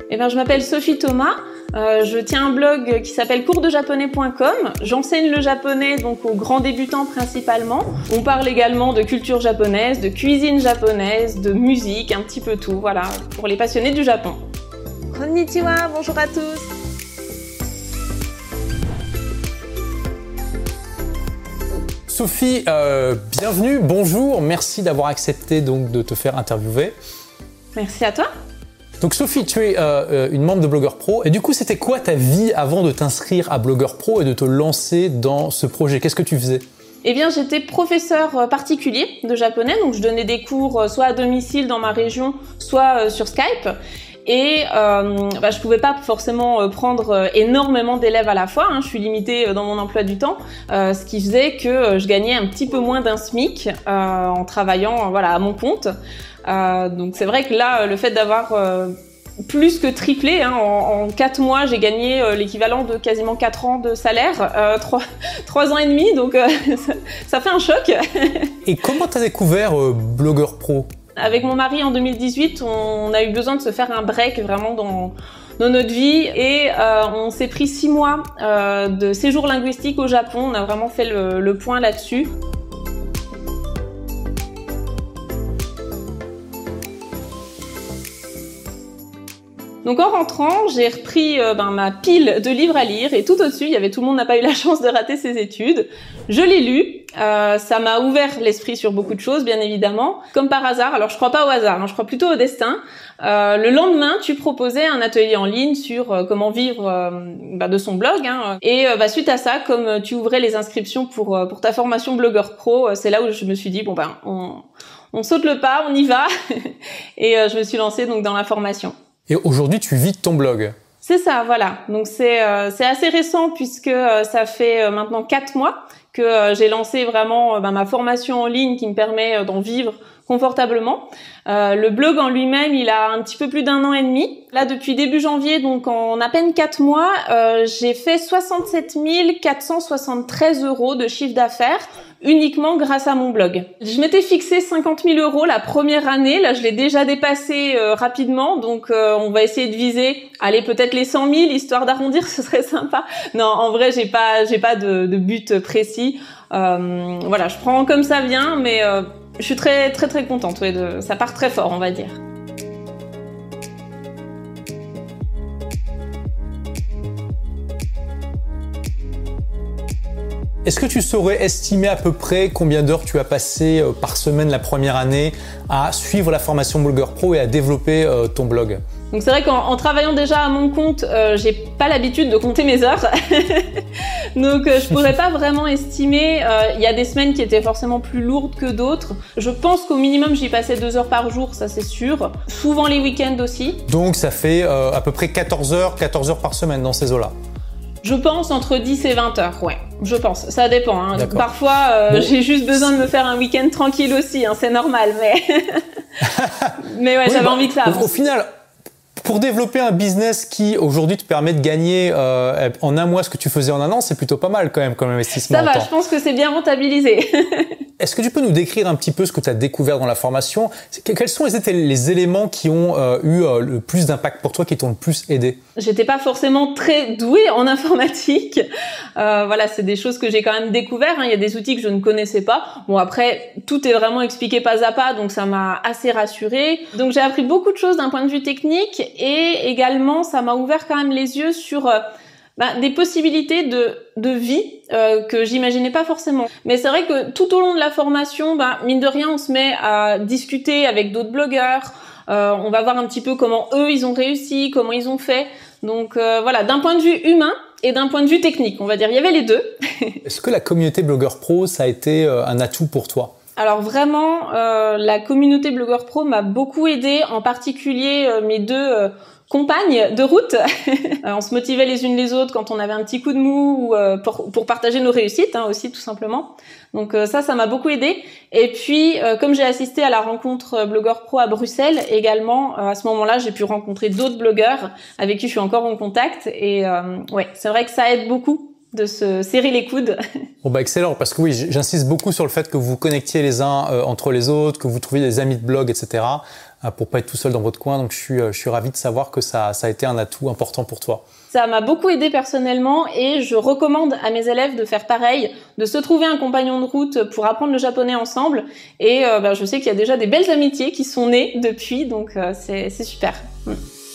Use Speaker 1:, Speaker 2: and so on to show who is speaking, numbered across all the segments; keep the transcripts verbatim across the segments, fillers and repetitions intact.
Speaker 1: Eh ben, je m'appelle Sophie Thomas, euh, je tiens un blog qui s'appelle cours de japonais point com. J'enseigne le japonais donc aux grands débutants principalement. On parle également de culture japonaise, de cuisine japonaise, de musique, un petit peu tout, voilà, pour les passionnés du Japon. Konnichiwa, bonjour à tous.
Speaker 2: Sophie, euh, bienvenue, bonjour, merci d'avoir accepté donc de te faire interviewer.
Speaker 1: Merci à toi.
Speaker 2: Donc Sophie, tu es euh, une membre de Blogueur Pro et du coup c'était quoi ta vie avant de t'inscrire à Blogueur Pro et de te lancer dans ce projet? Qu'est-ce que tu faisais?
Speaker 1: Eh bien, j'étais professeur particulier de japonais, donc je donnais des cours soit à domicile dans ma région, soit sur Skype. Et euh, bah, je pouvais pas forcément prendre énormément d'élèves à la fois, hein. Je suis limitée dans mon emploi du temps, euh, ce qui faisait que je gagnais un petit peu moins d'un SMIC euh, en travaillant voilà, à mon compte. Euh, donc c'est vrai que là, le fait d'avoir euh, plus que triplé, hein, en, en quatre mois, j'ai gagné euh, l'équivalent de quasiment quatre ans de salaire, euh, trois ans et demi, donc euh, ça, ça fait un choc.
Speaker 2: Et comment t'as découvert euh, Blogueur Pro?
Speaker 1: Avec mon mari en deux mille dix-huit, on a eu besoin de se faire un break vraiment dans, dans notre vie et euh, on s'est pris six mois euh, de séjour linguistique au Japon. On a vraiment fait le, le point là-dessus. Donc en rentrant, j'ai repris euh, ben, ma pile de livres à lire et tout au-dessus, il y avait Tout le monde n'a pas eu la chance de rater ses études. Je l'ai lu, euh, ça m'a ouvert l'esprit sur beaucoup de choses, bien évidemment. Comme par hasard, alors je crois pas au hasard, hein, je crois plutôt au destin. Euh, le lendemain, tu proposais un atelier en ligne sur euh, comment vivre euh, bah, de son blog. Hein, et euh, bah, suite à ça, comme tu ouvrais les inscriptions pour euh, pour ta formation Blogueur Pro, euh, c'est là où je me suis dit bon ben on, on saute le pas, on y va. Et euh, je me suis lancée donc dans la formation.
Speaker 2: Et aujourd'hui, tu vis de ton blog.
Speaker 1: C'est ça, voilà. Donc c'est euh, c'est assez récent puisque euh, ça fait euh, maintenant quatre mois que euh, j'ai lancé vraiment euh, bah, ma formation en ligne qui me permet euh, d'en vivre confortablement. Euh, le blog en lui-même, il a un petit peu plus d'un an et demi. Là, depuis début janvier, donc en à peine quatre mois, euh, j'ai fait soixante-sept mille quatre cent soixante-treize euros de chiffre d'affaires uniquement grâce à mon blog. Je m'étais fixé cinquante mille euros la première année. Là, je l'ai déjà dépassé euh, rapidement. Donc, euh, on va essayer de viser, allez, peut-être les cent mille, histoire d'arrondir, ce serait sympa. Non, en vrai, j'ai pas, j'ai pas de, de but précis. Euh, voilà, je prends comme ça vient, mais euh, je suis très, très, très contente. Ouais, de, ça part très fort, on va dire.
Speaker 2: Est-ce que tu saurais estimer à peu près combien d'heures tu as passé euh, par semaine la première année à suivre la formation Blogueur Pro et à développer euh, ton blog?
Speaker 1: Donc c'est vrai qu'en en travaillant déjà à mon compte, euh, j'ai pas l'habitude de compter mes heures. Donc euh, je pourrais pas vraiment estimer. Euh, il y a des semaines qui étaient forcément plus lourdes que d'autres. Je pense qu'au minimum j'y passais deux heures par jour, ça c'est sûr. Souvent les week-ends aussi.
Speaker 2: Donc ça fait euh, à peu près quatorze heures, quatorze heures par semaine dans ces eaux-là.
Speaker 1: Je pense entre dix et vingt heures, ouais. Je pense, ça dépend. Hein. Parfois, euh, bon. J'ai juste besoin de me faire un week-end tranquille aussi, hein, c'est normal. Mais, mais ouais, oui, j'avais bah, envie que ça avance.
Speaker 2: Au, au final, pour développer un business qui aujourd'hui te permet de gagner euh, en un mois ce que tu faisais en un an, c'est plutôt pas mal quand même comme investissement.
Speaker 1: Ça va, je pense que c'est bien rentabilisé.
Speaker 2: Est-ce que tu peux nous décrire un petit peu ce que tu as découvert dans la formation? Quels sont les, les éléments qui ont euh, eu euh, le plus d'impact pour toi, qui t'ont le plus aidé?
Speaker 1: J'étais pas forcément très douée en informatique. Euh, voilà, c'est des choses que j'ai quand même découvert. Hein. Il y a des outils que je ne connaissais pas. Bon, après, tout est vraiment expliqué pas à pas, donc ça m'a assez rassurée. Donc j'ai appris beaucoup de choses d'un point de vue technique et également, ça m'a ouvert quand même les yeux sur... Euh, Bah, des possibilités de, de vie euh, que j'imaginais pas forcément. Mais c'est vrai que tout au long de la formation, bah, mine de rien, on se met à discuter avec d'autres blogueurs. Euh, on va voir un petit peu comment eux, ils ont réussi, comment ils ont fait. Donc euh, voilà, d'un point de vue humain et d'un point de vue technique, on va dire. Il y avait les deux.
Speaker 2: Est-ce que la communauté Blogueur Pro, ça a été euh, un atout pour toi?
Speaker 1: Alors vraiment, euh, la communauté Blogueur Pro m'a beaucoup aidée, en particulier euh, mes deux... Euh, compagnes de route. On se motivait les unes les autres quand on avait un petit coup de mou ou euh, pour, pour partager nos réussites hein, aussi tout simplement. Donc euh, ça, ça m'a beaucoup aidé. Et puis euh, comme j'ai assisté à la rencontre Blogueur Pro à Bruxelles également, euh, à ce moment-là, j'ai pu rencontrer d'autres blogueurs avec qui je suis encore en contact. Et euh, ouais, c'est vrai que ça aide beaucoup de se serrer les coudes.
Speaker 2: Bon bah excellent, parce que oui, j'insiste beaucoup sur le fait que vous vous connectiez les uns euh, entre les autres, que vous trouviez des amis de blog, et cetera. euh, pour pas être tout seul dans votre coin. Donc, je suis, euh, je suis ravi de savoir que ça, ça a été un atout important pour toi.
Speaker 1: Ça m'a beaucoup aidé personnellement et je recommande à mes élèves de faire pareil, de se trouver un compagnon de route pour apprendre le japonais ensemble. Et euh, ben, je sais qu'il y a déjà des belles amitiés qui sont nées depuis, donc euh, c'est, c'est super. Mm.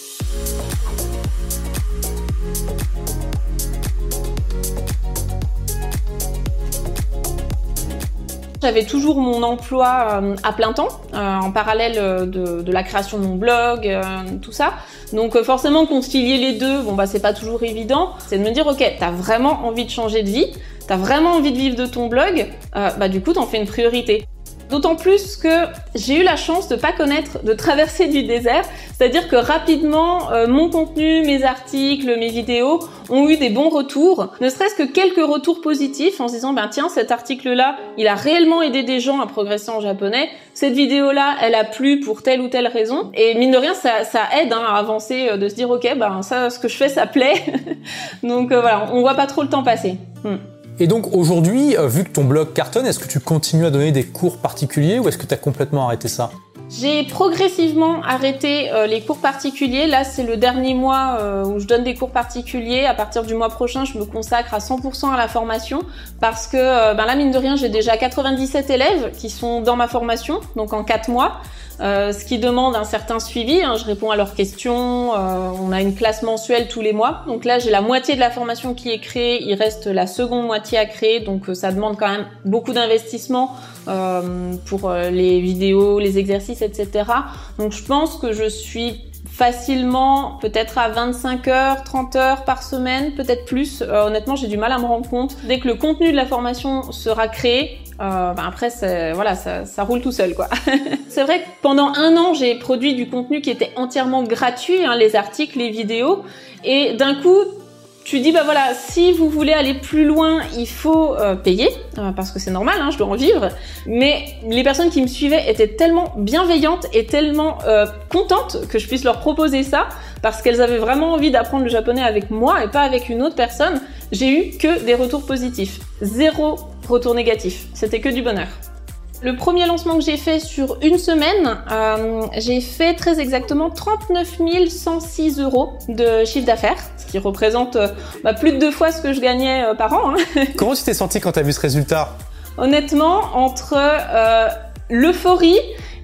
Speaker 1: J'avais toujours mon emploi euh, à plein temps, euh, en parallèle de, de la création de mon blog, euh, tout ça. Donc euh, forcément, concilier les deux, bon bah c'est pas toujours évident. C'est de me dire, ok, t'as vraiment envie de changer de vie, t'as vraiment envie de vivre de ton blog, euh, bah du coup t'en fais une priorité. D'autant plus que j'ai eu la chance de pas connaître de traversée du désert, c'est-à-dire que rapidement, euh, mon contenu, mes articles, mes vidéos ont eu des bons retours, ne serait-ce que quelques retours positifs en se disant ben tiens, cet article-là, il a réellement aidé des gens à progresser en japonais, cette vidéo-là, elle a plu pour telle ou telle raison, et mine de rien, ça, ça aide hein, à avancer, de se dire ok, ben ça, ce que je fais, ça plaît, donc euh, voilà, on voit pas trop le temps passer. Hmm.
Speaker 2: Et donc aujourd'hui, vu que ton blog cartonne, est-ce que tu continues à donner des cours particuliers ou est-ce que tu as complètement arrêté ça ?
Speaker 1: J'ai progressivement arrêté euh, les cours particuliers. Là, c'est le dernier mois euh, où je donne des cours particuliers. À partir du mois prochain, je me consacre à cent pour cent à la formation parce que, euh, ben là, mine de rien, j'ai déjà quatre-vingt-dix-sept élèves qui sont dans ma formation, donc en quatre mois. Euh, ce qui demande un certain suivi, hein, je réponds à leurs questions, euh, on a une classe mensuelle tous les mois, donc là j'ai la moitié de la formation qui est créée, il reste la seconde moitié à créer, donc euh, ça demande quand même beaucoup d'investissement euh, pour euh, les vidéos, les exercices, et cetera. Donc je pense que je suis facilement peut-être à vingt-cinq heures, trente heures par semaine, peut-être plus. Euh, honnêtement, j'ai du mal à me rendre compte. Dès que le contenu de la formation sera créé, euh, ben après, c'est, voilà, ça, ça roule tout seul, quoi. C'est vrai que pendant un an, j'ai produit du contenu qui était entièrement gratuit, hein, les articles, les vidéos, et d'un coup, tu dis, bah voilà, si vous voulez aller plus loin, il faut euh, payer, euh, parce que c'est normal, hein, je dois en vivre. Mais les personnes qui me suivaient étaient tellement bienveillantes et tellement euh, contentes que je puisse leur proposer ça, parce qu'elles avaient vraiment envie d'apprendre le japonais avec moi et pas avec une autre personne. J'ai eu que des retours positifs. Zéro retour négatif. C'était que du bonheur. Le premier lancement que j'ai fait sur une semaine, euh, j'ai fait très exactement trente-neuf mille cent six euros de chiffre d'affaires, ce qui représente euh, bah, plus de deux fois ce que je gagnais euh, par an. Hein.
Speaker 2: Comment tu t'es senti quand tu as vu ce résultat ?
Speaker 1: Honnêtement, entre euh, l'euphorie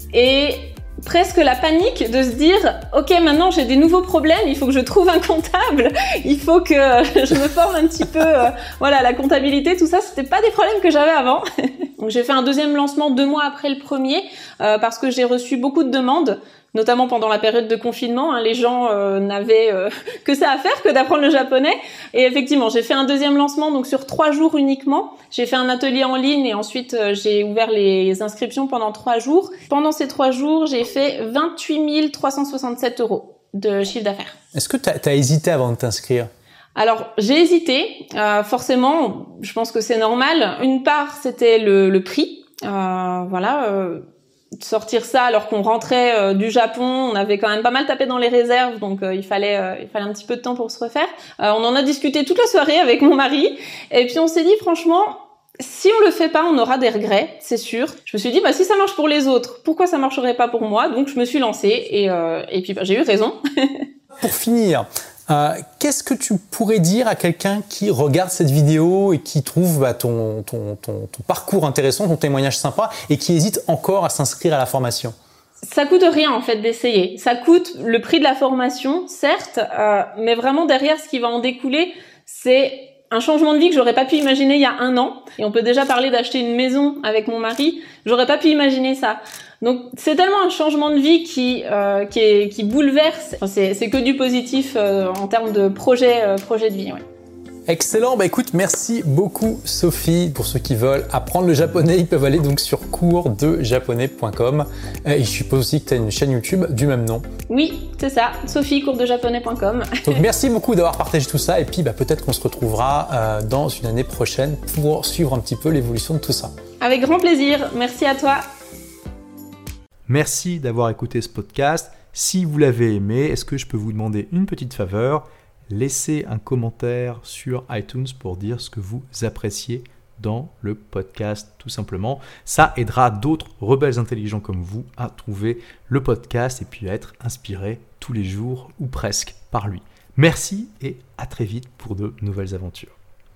Speaker 1: et presque la panique de se dire « Ok, maintenant j'ai des nouveaux problèmes, il faut que je trouve un comptable, il faut que je me forme un petit peu, euh, voilà, la comptabilité, tout ça, c'était pas des problèmes que j'avais avant. » Donc j'ai fait un deuxième lancement deux mois après le premier euh, parce que j'ai reçu beaucoup de demandes, notamment pendant la période de confinement. Hein, les gens euh, n'avaient euh, que ça à faire que d'apprendre le japonais. Et effectivement, j'ai fait un deuxième lancement donc sur trois jours uniquement. J'ai fait un atelier en ligne et ensuite euh, j'ai ouvert les inscriptions pendant trois jours. Pendant ces trois jours, j'ai fait vingt-huit mille trois cent soixante-sept euros de chiffre d'affaires.
Speaker 2: Est-ce que tu as hésité avant de t'inscrire ?
Speaker 1: Alors, j'ai hésité. Euh, forcément, je pense que c'est normal. Une part, c'était le, le prix. Euh, voilà, euh, sortir ça alors qu'on rentrait euh, du Japon, on avait quand même pas mal tapé dans les réserves, donc euh, il fallait euh, il fallait un petit peu de temps pour se refaire. Euh, on en a discuté toute la soirée avec mon mari, et puis on s'est dit franchement, si on le fait pas, on aura des regrets, c'est sûr. Je me suis dit bah si ça marche pour les autres, pourquoi ça marcherait pas pour moi ? Donc je me suis lancée et euh, et puis bah, j'ai eu raison.
Speaker 2: Pour finir. Euh, qu'est-ce que tu pourrais dire à quelqu'un qui regarde cette vidéo et qui trouve bah, ton, ton, ton, ton parcours intéressant, ton témoignage sympa et qui hésite encore à s'inscrire à la formation ?
Speaker 1: Ça coûte rien en fait d'essayer. Ça coûte le prix de la formation, certes, euh, mais vraiment derrière ce qui va en découler, c'est un changement de vie que j'aurais pas pu imaginer il y a un an. Et on peut déjà parler d'acheter une maison avec mon mari. J'aurais pas pu imaginer ça. Donc c'est tellement un changement de vie qui euh, qui, est, qui bouleverse. Enfin, c'est, c'est que du positif euh, en termes de projet euh, projet de vie. Ouais.
Speaker 2: Excellent, bah écoute, merci beaucoup Sophie. Pour ceux qui veulent apprendre le japonais, ils peuvent aller donc sur cours de japonais point com. Et je suppose aussi que tu as une chaîne YouTube du même nom.
Speaker 1: Oui, c'est ça, Sophie, cours de japonais point com.
Speaker 2: Donc merci beaucoup d'avoir partagé tout ça et puis bah, peut-être qu'on se retrouvera euh, dans une année prochaine pour suivre un petit peu l'évolution de tout ça.
Speaker 1: Avec grand plaisir, merci à toi.
Speaker 3: Merci d'avoir écouté ce podcast. Si vous l'avez aimé, est-ce que je peux vous demander une petite faveur ? Laissez un commentaire sur iTunes pour dire ce que vous appréciez dans le podcast, tout simplement. Ça aidera d'autres rebelles intelligents comme vous à trouver le podcast et puis à être inspirés tous les jours ou presque par lui. Merci et à très vite pour de nouvelles aventures.